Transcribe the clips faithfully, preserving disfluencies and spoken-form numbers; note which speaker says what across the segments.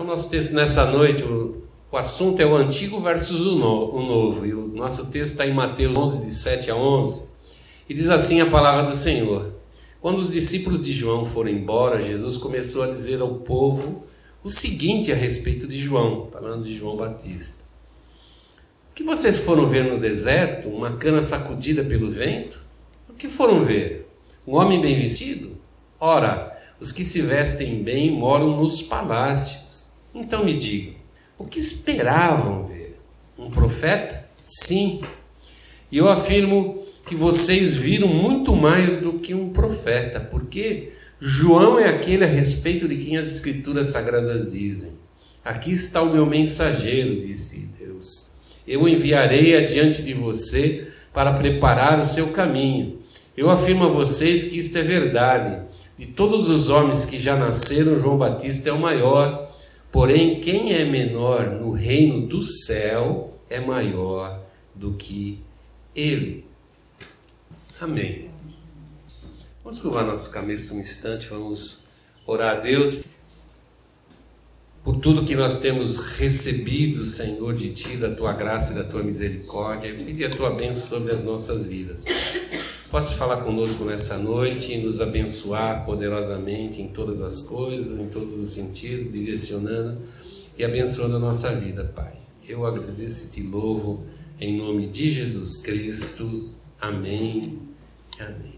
Speaker 1: nosso texto nessa noite, o, o assunto é o antigo versus o, no, o novo. E o nosso texto está em Mateus onze, de sete a onze. E diz assim a palavra do Senhor. Quando os discípulos de João foram embora, Jesus começou a dizer ao povo o seguinte a respeito de João, falando de João Batista. O que vocês foram ver no deserto? Uma cana sacudida pelo vento? O que foram ver? Um homem bem vestido? Ora, os que se vestem bem moram nos palácios. Então me digam, o que esperavam ver? Um profeta? Sim. E eu afirmo que vocês viram muito mais do que um profeta, porque João é aquele a respeito de quem as Escrituras Sagradas dizem. Aqui está o meu mensageiro, disse Deus. Eu o enviarei adiante de você para preparar o seu caminho. Eu afirmo a vocês que isto é verdade. De todos os homens que já nasceram, João Batista é o maior. Porém, quem é menor no reino do céu é maior do que ele. Amém. Vamos curvar nossa cabeça um instante, vamos orar a Deus por tudo que nós temos recebido, Senhor, de Ti, da Tua graça e da Tua misericórdia, e pedir a Tua bênção sobre as nossas vidas. Posso falar conosco nessa noite e nos abençoar poderosamente em todas as coisas, em todos os sentidos, direcionando e abençoando a nossa vida, Pai. Eu agradeço e Te louvo em nome de Jesus Cristo. Amém. Amém.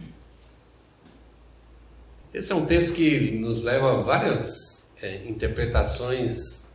Speaker 1: Esse é um texto que nos leva a várias é, interpretações,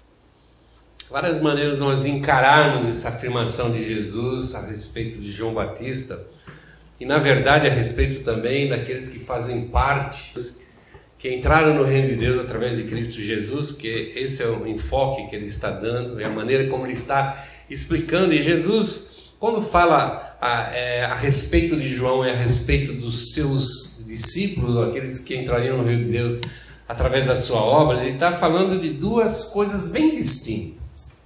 Speaker 1: várias maneiras de nós encararmos essa afirmação de Jesus a respeito de João Batista e, na verdade, a respeito também daqueles que fazem parte, que entraram no reino de Deus através de Cristo Jesus, porque esse é o enfoque que ele está dando, é a maneira como ele está explicando. E Jesus, quando fala A, é, a respeito de João e a respeito dos seus discípulos, aqueles que entrariam no reino de Deus através da sua obra, ele está falando de duas coisas bem distintas.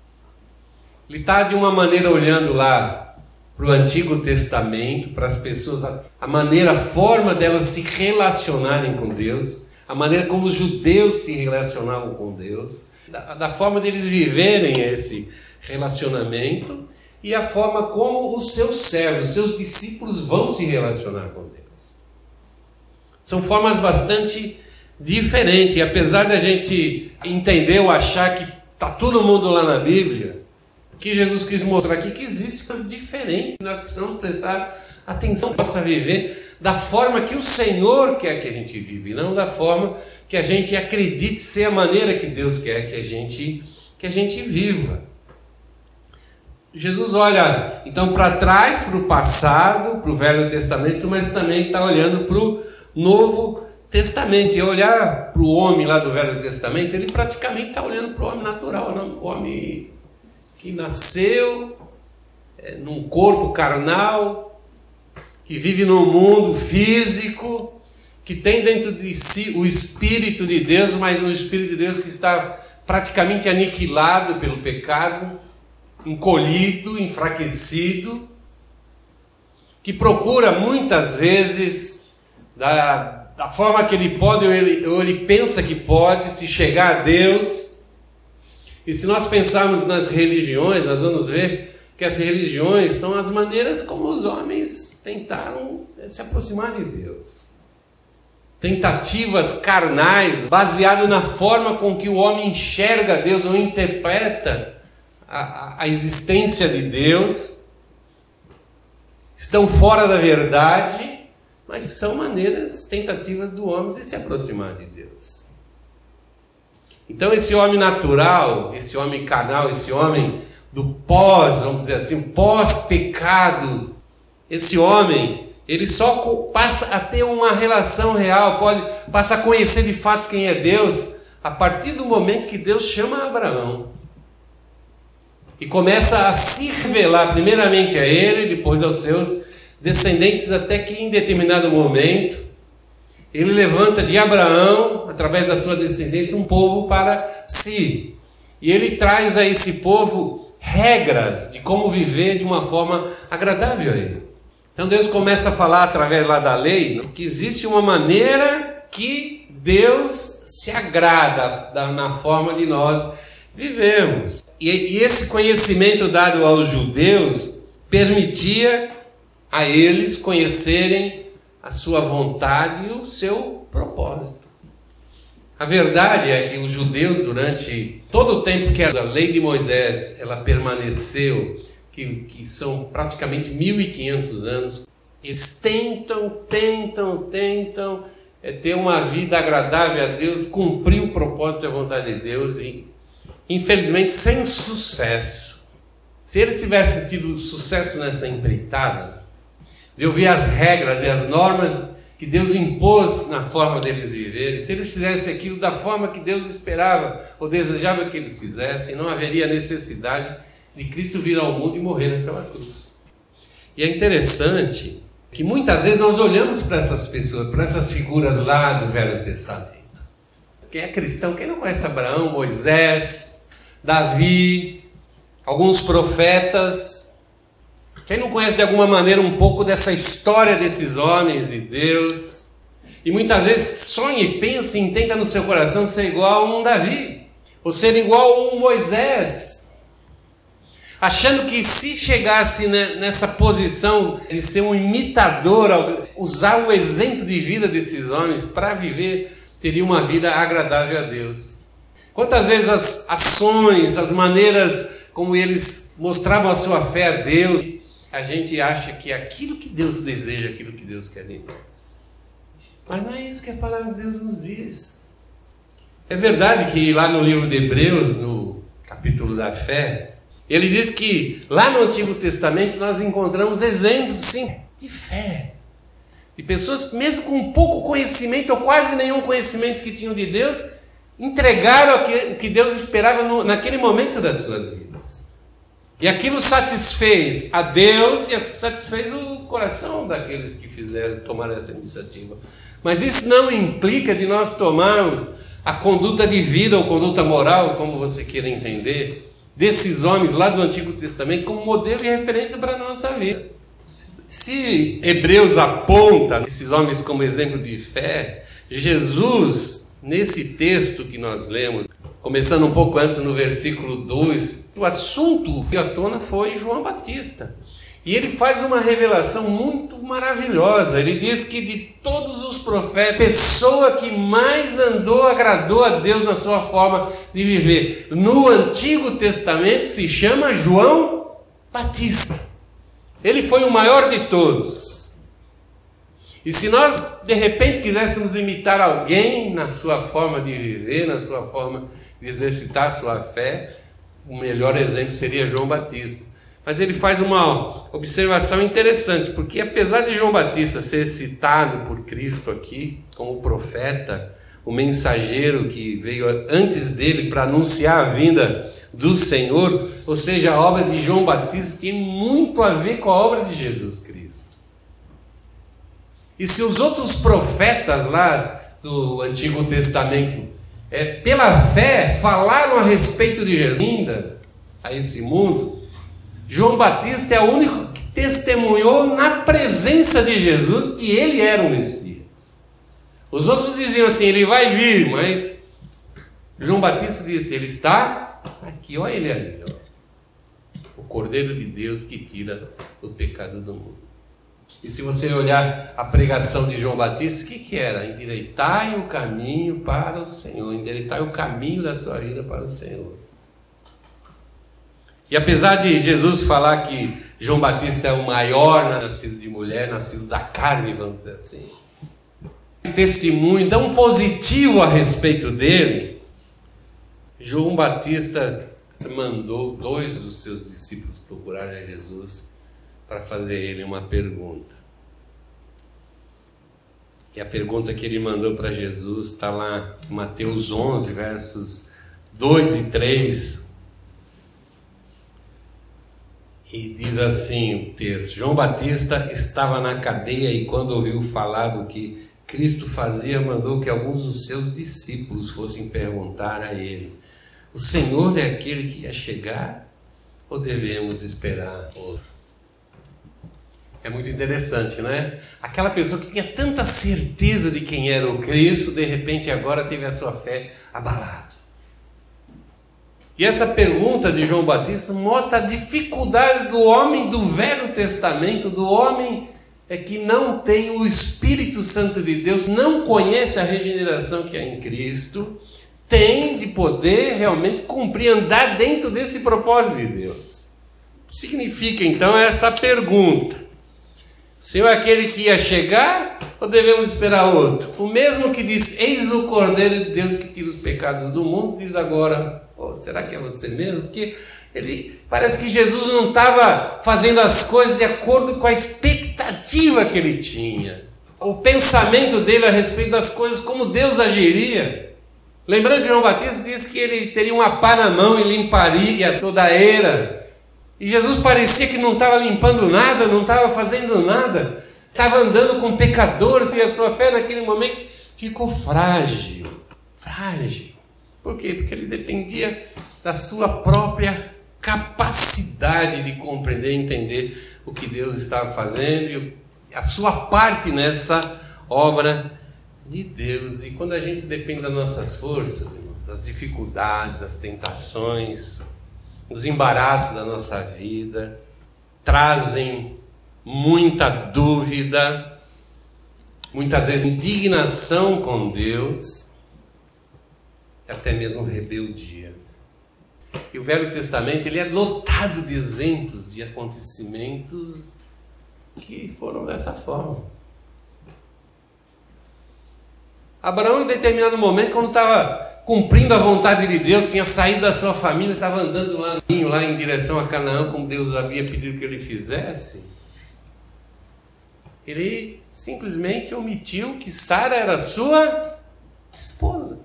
Speaker 1: Ele está de uma maneira olhando lá para o Antigo Testamento, para as pessoas, a, a maneira, a forma delas se relacionarem com Deus, a maneira como os judeus se relacionavam com Deus, da, da forma deles viverem esse relacionamento, e a forma como os seus servos, seus discípulos vão se relacionar com Deus. São formas bastante diferentes. E apesar de a gente entender ou achar que está todo mundo lá na Bíblia, o que Jesus quis mostrar aqui é que existem coisas diferentes. Nós precisamos prestar atenção para possa viver da forma que o Senhor quer que a gente vive, não da forma que a gente acredite ser a maneira que Deus quer que a gente, que a gente viva. Jesus olha então para trás, para o passado, para o Velho Testamento, mas também está olhando para o Novo Testamento. E olhar para o homem lá do Velho Testamento, ele praticamente está olhando para o homem natural, não? O homem que nasceu é, num corpo carnal, que vive num mundo físico, que tem dentro de si o Espírito de Deus, mas um Espírito de Deus que está praticamente aniquilado pelo pecado, encolhido, enfraquecido, que procura muitas vezes, da, da forma que ele pode ou ele, ou ele pensa que pode, se chegar a Deus. E se nós pensarmos nas religiões, nós vamos ver que as religiões são as maneiras como os homens tentaram se aproximar de Deus. Tentativas carnais, baseadas na forma com que o homem enxerga Deus ou interpreta A, a existência de Deus, estão fora da verdade, mas são maneiras, tentativas do homem de se aproximar de Deus. Então esse homem natural, esse homem carnal, esse homem do pós, vamos dizer assim, pós-pecado, esse homem, ele só passa a ter uma relação real, pode, passa a conhecer de fato quem é Deus, a partir do momento que Deus chama Abraão. E começa a se revelar primeiramente a ele, depois aos seus descendentes, até que em determinado momento ele levanta de Abraão, através da sua descendência, um povo para si. E ele traz a esse povo regras de como viver de uma forma agradável a ele. Então Deus começa a falar através lá da lei que existe uma maneira que Deus se agrada da, na forma de nós vivemos. E, e esse conhecimento dado aos judeus permitia a eles conhecerem a sua vontade e o seu propósito. A verdade é que os judeus, durante todo o tempo que a lei de Moisés ela permaneceu, que, que são praticamente mil e quinhentos anos, eles tentam, tentam, tentam é, ter uma vida agradável a Deus, cumprir o propósito e a vontade de Deus, e infelizmente sem sucesso. Se eles tivessem tido sucesso nessa empreitada, de ouvir as regras e as normas que Deus impôs na forma deles viverem, se eles fizessem aquilo da forma que Deus esperava ou desejava que eles fizessem, não haveria necessidade de Cristo vir ao mundo e morrer naquela cruz. E é interessante que muitas vezes nós olhamos para essas pessoas, para essas figuras lá do Velho Testamento. Quem é cristão, quem não conhece Abraão, Moisés, Davi, alguns profetas, quem não conhece de alguma maneira um pouco dessa história desses homens de Deus, e muitas vezes sonha e pensa e intenta no seu coração ser igual a um Davi, ou ser igual a um Moisés, achando que se chegasse nessa posição de ser um imitador, usar o exemplo de vida desses homens para viver, teria uma vida agradável a Deus. Quantas vezes as ações, as maneiras como eles mostravam a sua fé a Deus, a gente acha que aquilo que Deus deseja, aquilo que Deus quer de nós. Mas não é isso que a palavra de Deus nos diz. É verdade que lá no livro de Hebreus, no capítulo da fé, ele diz que lá no Antigo Testamento nós encontramos exemplos, sim, de fé. De pessoas que mesmo com pouco conhecimento ou quase nenhum conhecimento que tinham de Deus, entregaram o que Deus esperava no, naquele momento das suas vidas. E aquilo satisfez a Deus e satisfez o coração daqueles que fizeram, tomaram essa iniciativa. Mas isso não implica de nós tomarmos a conduta de vida ou conduta moral, como você queira entender, desses homens lá do Antigo Testamento como modelo e referência para a nossa vida. Se Hebreus aponta esses homens como exemplo de fé, Jesus, nesse texto que nós lemos, começando um pouco antes no versículo dois, o assunto que à tona foi João Batista. E ele faz uma revelação muito maravilhosa. Ele diz que de todos os profetas, a pessoa que mais andou, agradou a Deus na sua forma de viver no Antigo Testamento se chama João Batista. Ele foi o maior de todos. E se nós de repente quiséssemos imitar alguém na sua forma de viver, na sua forma de exercitar a sua fé, o melhor exemplo seria João Batista. Mas ele faz uma observação interessante, porque apesar de João Batista ser citado por Cristo aqui como profeta, o mensageiro que veio antes dele para anunciar a vinda do Senhor, ou seja, a obra de João Batista tem muito a ver com a obra de Jesus Cristo. E se os outros profetas lá do Antigo Testamento, é, pela fé, falaram a respeito de Jesus ainda a esse mundo, João Batista é o único que testemunhou na presença de Jesus que ele era o Messias. Os outros diziam assim, ele vai vir, mas João Batista disse, ele está aqui, olha ele ali, ó. O Cordeiro de Deus que tira o pecado do mundo. E se você olhar a pregação de João Batista, o que que era? Endireitai o caminho para o Senhor, endireitai o caminho da sua vida para o Senhor. E apesar de Jesus falar que João Batista é o maior nascido de mulher, nascido da carne, vamos dizer assim, testemunho tão positivo a respeito dele, João Batista mandou dois dos seus discípulos procurarem a Jesus para fazer ele uma pergunta. E a pergunta que ele mandou para Jesus está lá em Mateus onze, versos dois e três. E diz assim o texto: João Batista estava na cadeia e quando ouviu falar do que Cristo fazia, mandou que alguns dos seus discípulos fossem perguntar a ele: o Senhor é aquele que ia chegar ou devemos esperar outro? É muito interessante, né? Aquela pessoa que tinha tanta certeza de quem era o Cristo, de repente agora teve a sua fé abalada. E essa pergunta de João Batista mostra a dificuldade do homem do Velho Testamento, do homem é que não tem o Espírito Santo de Deus, não conhece a regeneração que há em Cristo, tem de poder realmente cumprir, andar dentro desse propósito de Deus. Significa então essa pergunta: o Senhor é aquele que ia chegar ou devemos esperar outro? O mesmo que diz, eis o Cordeiro de Deus que tira os pecados do mundo, diz agora, oh, será que é você mesmo? Porque ele, parece que Jesus não estava fazendo as coisas de acordo com a expectativa que ele tinha. O pensamento dele a respeito das coisas, como Deus agiria. Lembrando que João Batista disse que ele teria uma pá na mão e limparia toda a era. E Jesus parecia que não estava limpando nada, não estava fazendo nada, estava andando com pecadores, e a sua fé naquele momento ficou frágil, frágil. Por quê? Porque ele dependia da sua própria capacidade de compreender e entender o que Deus estava fazendo e a sua parte nessa obra de Deus. E quando a gente depende das nossas forças, das dificuldades, das tentações, os embaraços da nossa vida trazem muita dúvida, muitas vezes indignação com Deus, e até mesmo rebeldia. E o Velho Testamento ele é lotado de exemplos de acontecimentos que foram dessa forma. Abraão, em determinado momento, quando estava cumprindo a vontade de Deus, tinha saído da sua família, estava andando lá, lá em direção a Canaã, como Deus havia pedido que ele fizesse, ele simplesmente omitiu que Sara era sua esposa.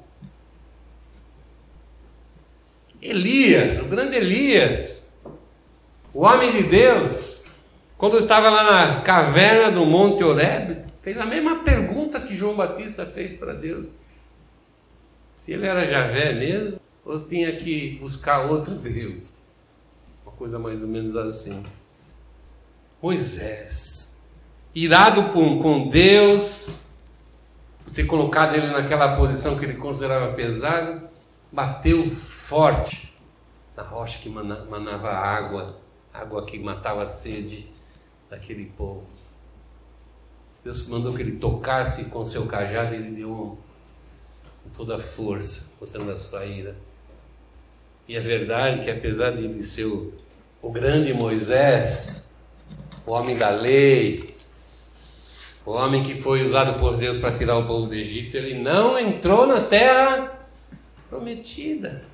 Speaker 1: Elias, o grande Elias, o homem de Deus, quando estava lá na caverna do Monte Horebe, fez a mesma pergunta que João Batista fez para Deus. Se ele era Javé mesmo, ou tinha que buscar outro Deus. Uma coisa mais ou menos assim. Moisés, irado com Deus, por ter colocado ele naquela posição que ele considerava pesada, bateu forte na rocha que manava água, água que matava a sede daquele povo. Deus mandou que ele tocasse com seu cajado e ele deu um com toda a força, mostrando a sua ira. E é verdade que apesar de ele ser o, o grande Moisés, o homem da lei, o homem que foi usado por Deus para tirar o povo do Egito, ele não entrou na terra prometida.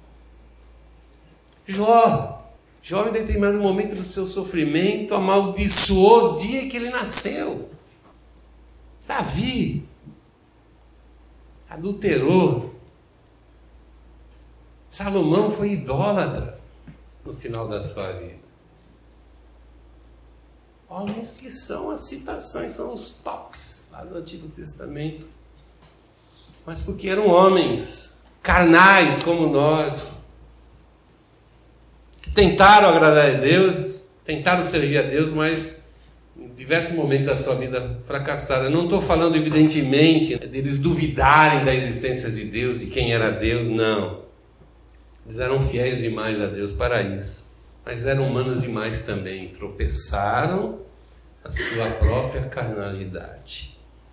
Speaker 1: Jó, Jó em determinado momento do seu sofrimento amaldiçoou o dia que ele nasceu. Davi adulterou. Salomão foi idólatra no final da sua vida. Homens que são as citações, são os tops lá do Antigo Testamento. Mas porque eram homens carnais como nós, que tentaram agradar a Deus, tentaram servir a Deus, mas em diversos momentos da sua vida fracassaram. Eu não estou falando, evidentemente, deles duvidarem da existência de Deus, de quem era Deus, não. Eles eram fiéis demais a Deus para isso. Mas eram humanos demais também. Tropeçaram na sua própria carnalidade.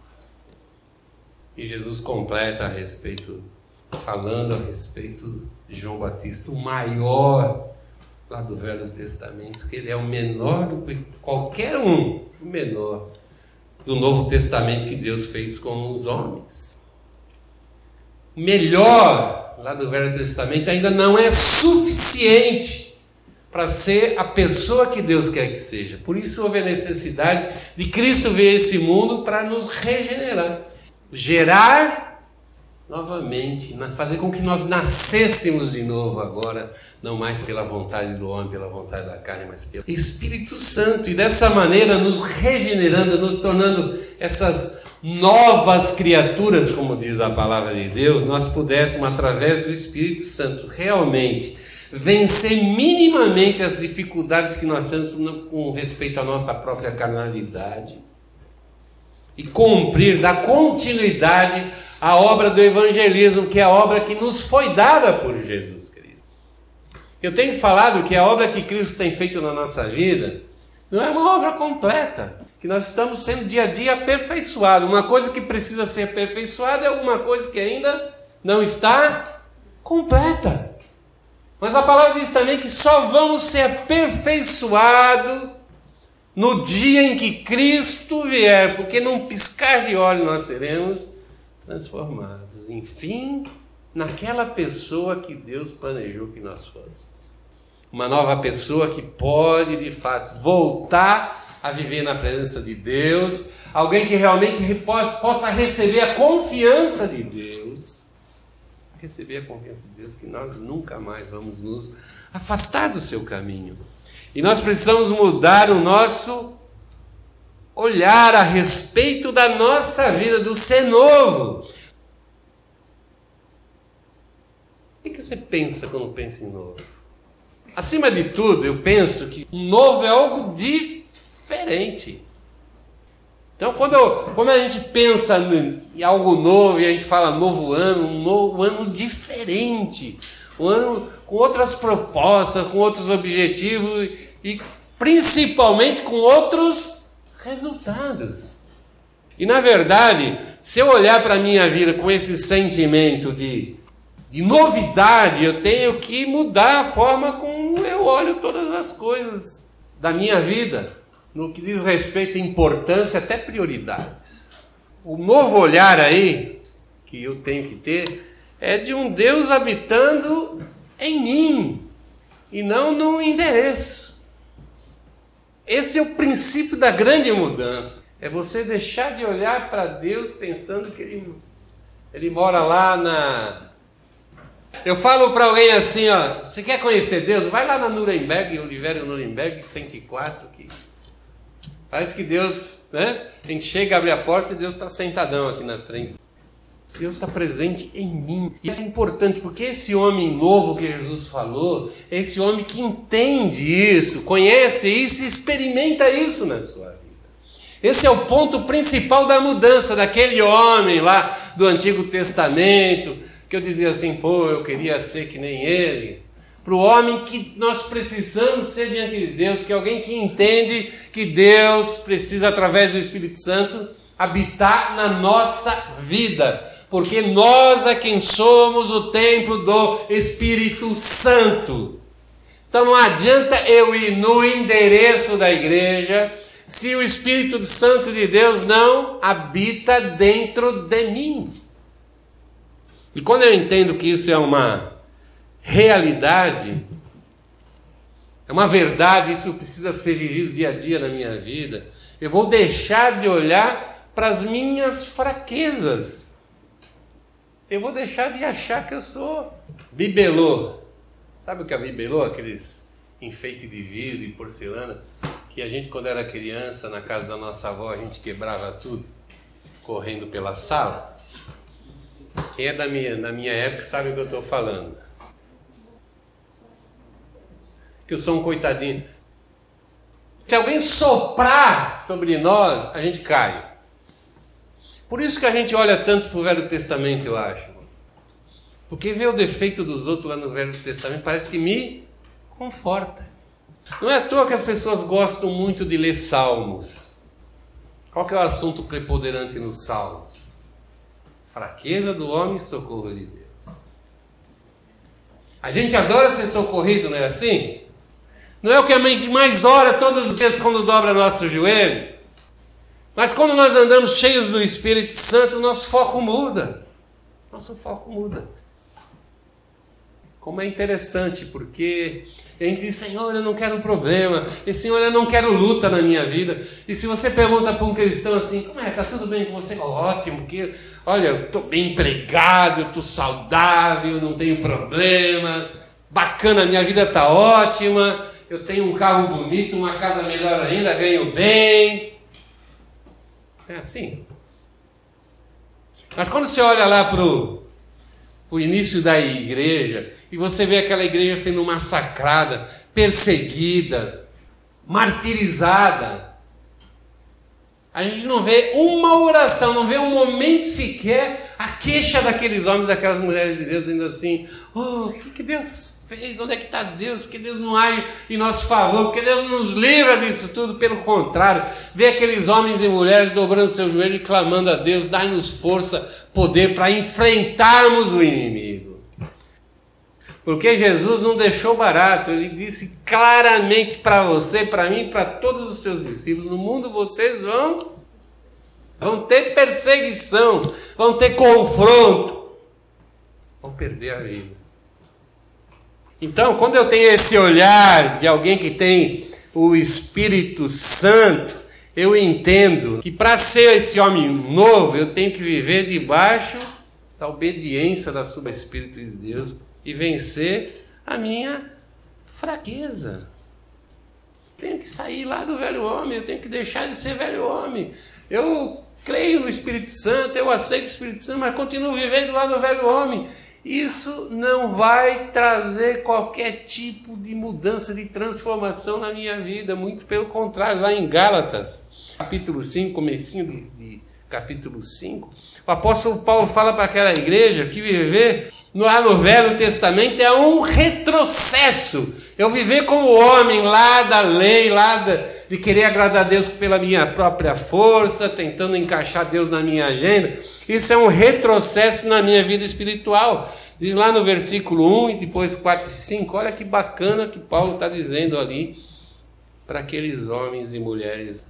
Speaker 1: E Jesus completa a respeito, falando a respeito de João Batista, o maior lá do Velho Testamento, que ele é o menor do que qualquer um, o menor do Novo Testamento que Deus fez com os homens. O melhor lá do Velho Testamento ainda não é suficiente para ser a pessoa que Deus quer que seja. Por isso houve a necessidade de Cristo vir a esse mundo para nos regenerar, gerar novamente, fazer com que nós nascêssemos de novo agora, não mais pela vontade do homem, pela vontade da carne, mas pelo Espírito Santo. E dessa maneira nos regenerando, nos tornando essas novas criaturas, como diz a palavra de Deus, nós pudéssemos, através do Espírito Santo, realmente vencer minimamente as dificuldades que nós temos com respeito à nossa própria carnalidade e cumprir, dar continuidade à obra do evangelismo, que é a obra que nos foi dada por Jesus Cristo. Eu tenho falado que a obra que Cristo tem feito na nossa vida não é uma obra completa, que nós estamos sendo dia a dia aperfeiçoados. Uma coisa que precisa ser aperfeiçoada é alguma coisa que ainda não está completa. Mas a palavra diz também que só vamos ser aperfeiçoados no dia em que Cristo vier, porque num piscar de olhos nós seremos transformados, enfim, naquela pessoa que Deus planejou que nós fôssemos. Uma nova pessoa que pode, de fato, voltar a viver na presença de Deus, alguém que realmente possa receber a confiança de Deus, receber a confiança de Deus, que nós nunca mais vamos nos afastar do seu caminho. E nós precisamos mudar o nosso olhar a respeito da nossa vida, do ser novo. O que você pensa quando pensa em novo? Acima de tudo, eu penso que um novo é algo diferente. Então, quando, eu, quando a gente pensa em algo novo e a gente fala novo ano, um novo ano diferente, um ano com outras propostas, com outros objetivos e principalmente com outros resultados. E na verdade, se eu olhar para a minha vida com esse sentimento de, de novidade, eu tenho que mudar a forma como eu olho todas as coisas da minha vida, no que diz respeito à importância, até prioridades. O novo olhar aí, que eu tenho que ter, é de um Deus habitando em mim, e não no endereço. Esse é o princípio da grande mudança. É você deixar de olhar para Deus pensando que Ele, ele mora lá na... Eu falo para alguém assim, ó, você quer conhecer Deus? Vai lá na Nuremberg, Oliveira Nuremberg, cento e quatro, que parece que Deus, né? A gente chega, abre a porta e Deus está sentadão aqui na frente. Deus está presente em mim. Isso é importante, porque esse homem novo que Jesus falou, é esse homem que entende isso, conhece isso e experimenta isso na sua vida. Esse é o ponto principal da mudança daquele homem lá do Antigo Testamento, que eu dizia assim, pô, eu queria ser que nem ele. Para o homem que nós precisamos ser diante de Deus, que é alguém que entende que Deus precisa, através do Espírito Santo, habitar na nossa vida. Porque nós é quem somos o templo do Espírito Santo. Então não adianta eu ir no endereço da igreja se o Espírito Santo de Deus não habita dentro de mim. E quando eu entendo que isso é uma realidade, é uma verdade, isso precisa ser vivido dia a dia na minha vida, eu vou deixar de olhar para as minhas fraquezas. Eu vou deixar de achar que eu sou bibelô. Sabe o que é bibelô? Aqueles enfeites de vidro e porcelana que a gente, quando era criança, na casa da nossa avó, a gente quebrava tudo, correndo pela sala. Quem é da minha, da minha época sabe o que eu estou falando. Que eu sou um coitadinho. Se alguém soprar sobre nós, a gente cai. Por isso que a gente olha tanto para o Velho Testamento, eu acho. Porque ver o defeito dos outros lá no Velho Testamento parece que me conforta. Não é à toa que as pessoas gostam muito de ler Salmos. Qual que é o assunto preponderante nos Salmos? Fraqueza do homem e socorro de Deus. A gente adora ser socorrido, não é assim? Não é o que a gente mais ora todos os dias quando dobra nosso joelho? Mas quando nós andamos cheios do Espírito Santo, nosso foco muda. Nosso foco muda. Como é interessante, porque a gente diz, Senhor, eu não quero problema. E Senhor, eu não quero luta na minha vida. E se você pergunta para um cristão assim, como é, está tudo bem com você? Ótimo, que, olha, eu estou bem empregado, eu estou saudável, não tenho problema. Bacana, minha vida está ótima. Eu tenho um carro bonito, uma casa melhor ainda, ganho bem. É assim. Mas quando você olha lá para o início da igreja, e você vê aquela igreja sendo massacrada, perseguida, martirizada. A gente não vê uma oração, não vê um momento sequer a queixa daqueles homens, daquelas mulheres de Deus, dizendo assim: oh, o que, que Deus fez? Onde é que está Deus? Porque Deus não age em nosso favor, porque Deus nos livra disso tudo. Pelo contrário, vê aqueles homens e mulheres dobrando seu joelho e clamando a Deus: dai-nos força, poder para enfrentarmos o inimigo. Porque Jesus não deixou barato, ele disse claramente para você, para mim, para todos os seus discípulos: no mundo vocês vão, vão ter perseguição, vão ter confronto, vão perder a vida. Então, quando eu tenho esse olhar de alguém que tem o Espírito Santo, eu entendo que para ser esse homem novo, eu tenho que viver debaixo da obediência da sua Espírito de Deus, e vencer a minha fraqueza. Tenho que sair lá do velho homem, eu tenho que deixar de ser velho homem. Eu creio no Espírito Santo, eu aceito o Espírito Santo, mas continuo vivendo lá no velho homem. Isso não vai trazer qualquer tipo de mudança, de transformação na minha vida, muito pelo contrário. Lá em Gálatas, capítulo cinco, comecinho de, de capítulo cinco, o apóstolo Paulo fala para aquela igreja que viver lá no Velho Testamento é um retrocesso. Eu viver como homem lá da lei, lá da, de querer agradar a Deus pela minha própria força, tentando encaixar Deus na minha agenda, isso é um retrocesso na minha vida espiritual. Diz lá no versículo um e depois quatro e cinco, olha que bacana que Paulo está dizendo ali para aqueles homens e mulheres.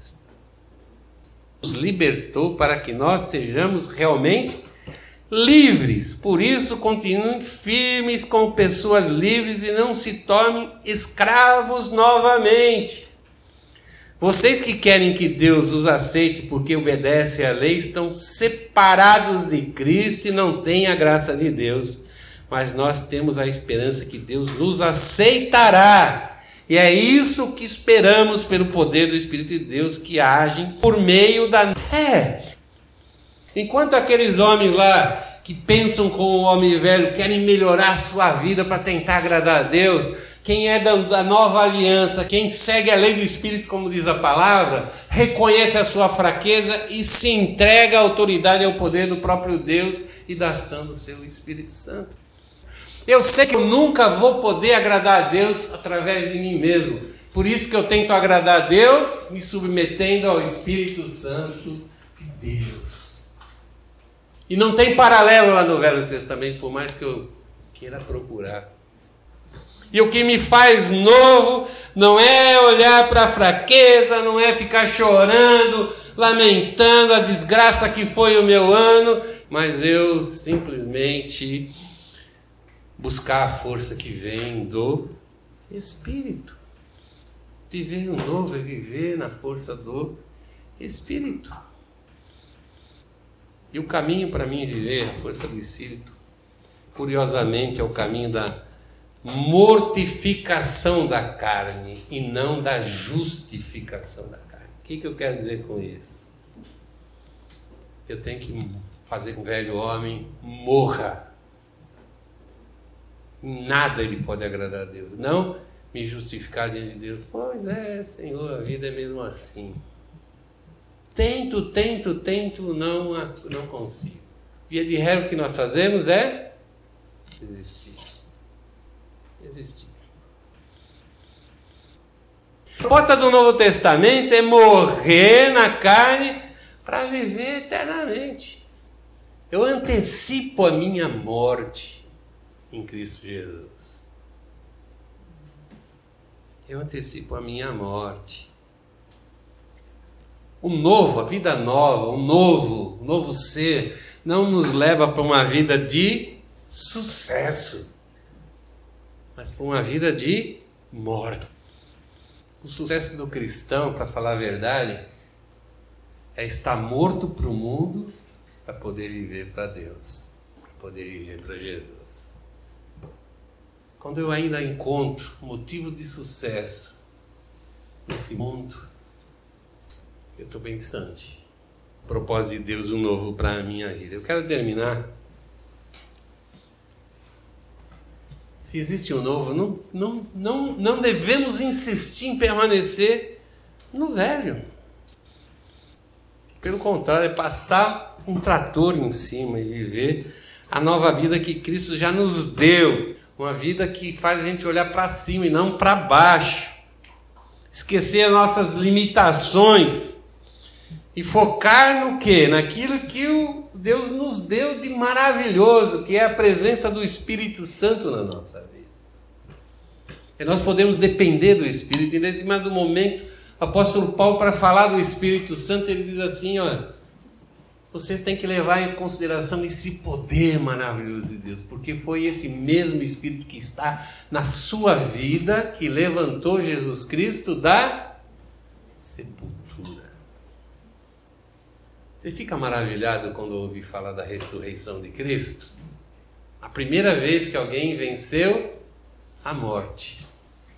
Speaker 1: Nos libertou para que nós sejamos realmente livres. Por isso, continuem firmes como pessoas livres e não se tornem escravos novamente. Vocês que querem que Deus os aceite porque obedecem à lei, estão separados de Cristo e não têm a graça de Deus. Mas nós temos a esperança que Deus nos aceitará. E é isso que esperamos pelo poder do Espírito de Deus, que agem por meio da fé. Enquanto aqueles homens lá que pensam como o homem velho querem melhorar a sua vida para tentar agradar a Deus, quem é da, da nova aliança, quem segue a lei do Espírito, como diz a palavra, reconhece a sua fraqueza e se entrega à autoridade e ao poder do próprio Deus e da ação do seu Espírito Santo. Eu sei que eu nunca vou poder agradar a Deus através de mim mesmo. Por isso que eu tento agradar a Deus me submetendo ao Espírito Santo de Deus. E não tem paralelo lá no Velho Testamento, por mais que eu queira procurar. E o que me faz novo não é olhar para a fraqueza, não é ficar chorando, lamentando a desgraça que foi o meu ano, mas eu simplesmente buscar a força que vem do Espírito. Viver o novo é viver na força do Espírito. E o caminho para mim viver a força do Espírito, curiosamente, é o caminho da mortificação da carne e não da justificação da carne. O que, que eu quero dizer com isso? Eu tenho que fazer com que o velho homem morra. Em nada ele pode agradar a Deus. Não me justificar diante de Deus. Pois é, Senhor, a vida é mesmo assim. Tento, tento, tento, não, não consigo. Via de regra, o que nós fazemos é desistir. Desistir. A proposta do Novo Testamento é morrer na carne para viver eternamente. Eu antecipo a minha morte em Cristo Jesus. Eu antecipo a minha morte. O novo, a vida nova, o novo, o novo ser, não nos leva para uma vida de sucesso, mas para uma vida de morte. O sucesso do cristão, para falar a verdade, é estar morto para o mundo para poder viver para Deus, para poder viver para Jesus. Quando eu ainda encontro motivos de sucesso nesse mundo, eu estou bem distante. O propósito de Deus, o novo para a minha vida. Eu quero terminar Se existe um novo, não, não, não, não devemos insistir em permanecer no velho. Pelo contrário, é passar um trator em cima e viver a nova vida que Cristo já nos deu. Uma vida que faz a gente olhar para cima e não para baixo. Esquecer as nossas limitações e focar no quê? Naquilo que o Deus nos deu de maravilhoso, que é a presença do Espírito Santo na nossa vida. E nós podemos depender do Espírito. Em determinado momento, o apóstolo Paulo, para falar do Espírito Santo, ele diz assim, olha, vocês têm que levar em consideração esse poder maravilhoso de Deus, porque foi esse mesmo Espírito que está na sua vida que levantou Jesus Cristo da sepultura. Você fica maravilhado quando ouve falar da ressurreição de Cristo? A primeira vez que alguém venceu a morte.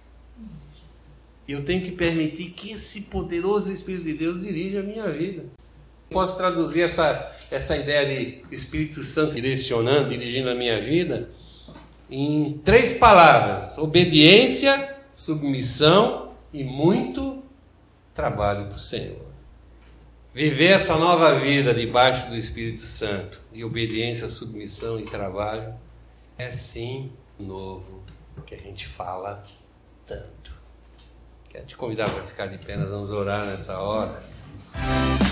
Speaker 1: E eu tenho que permitir que esse poderoso Espírito de Deus dirija a minha vida. Posso traduzir essa, essa ideia de Espírito Santo direcionando, dirigindo a minha vida em três palavras: obediência, submissão e muito trabalho para o Senhor. Viver essa nova vida debaixo do Espírito Santo, de obediência, submissão e trabalho, é sim novo que a gente fala tanto. Quero te convidar para ficar de pé, nós vamos orar nessa hora.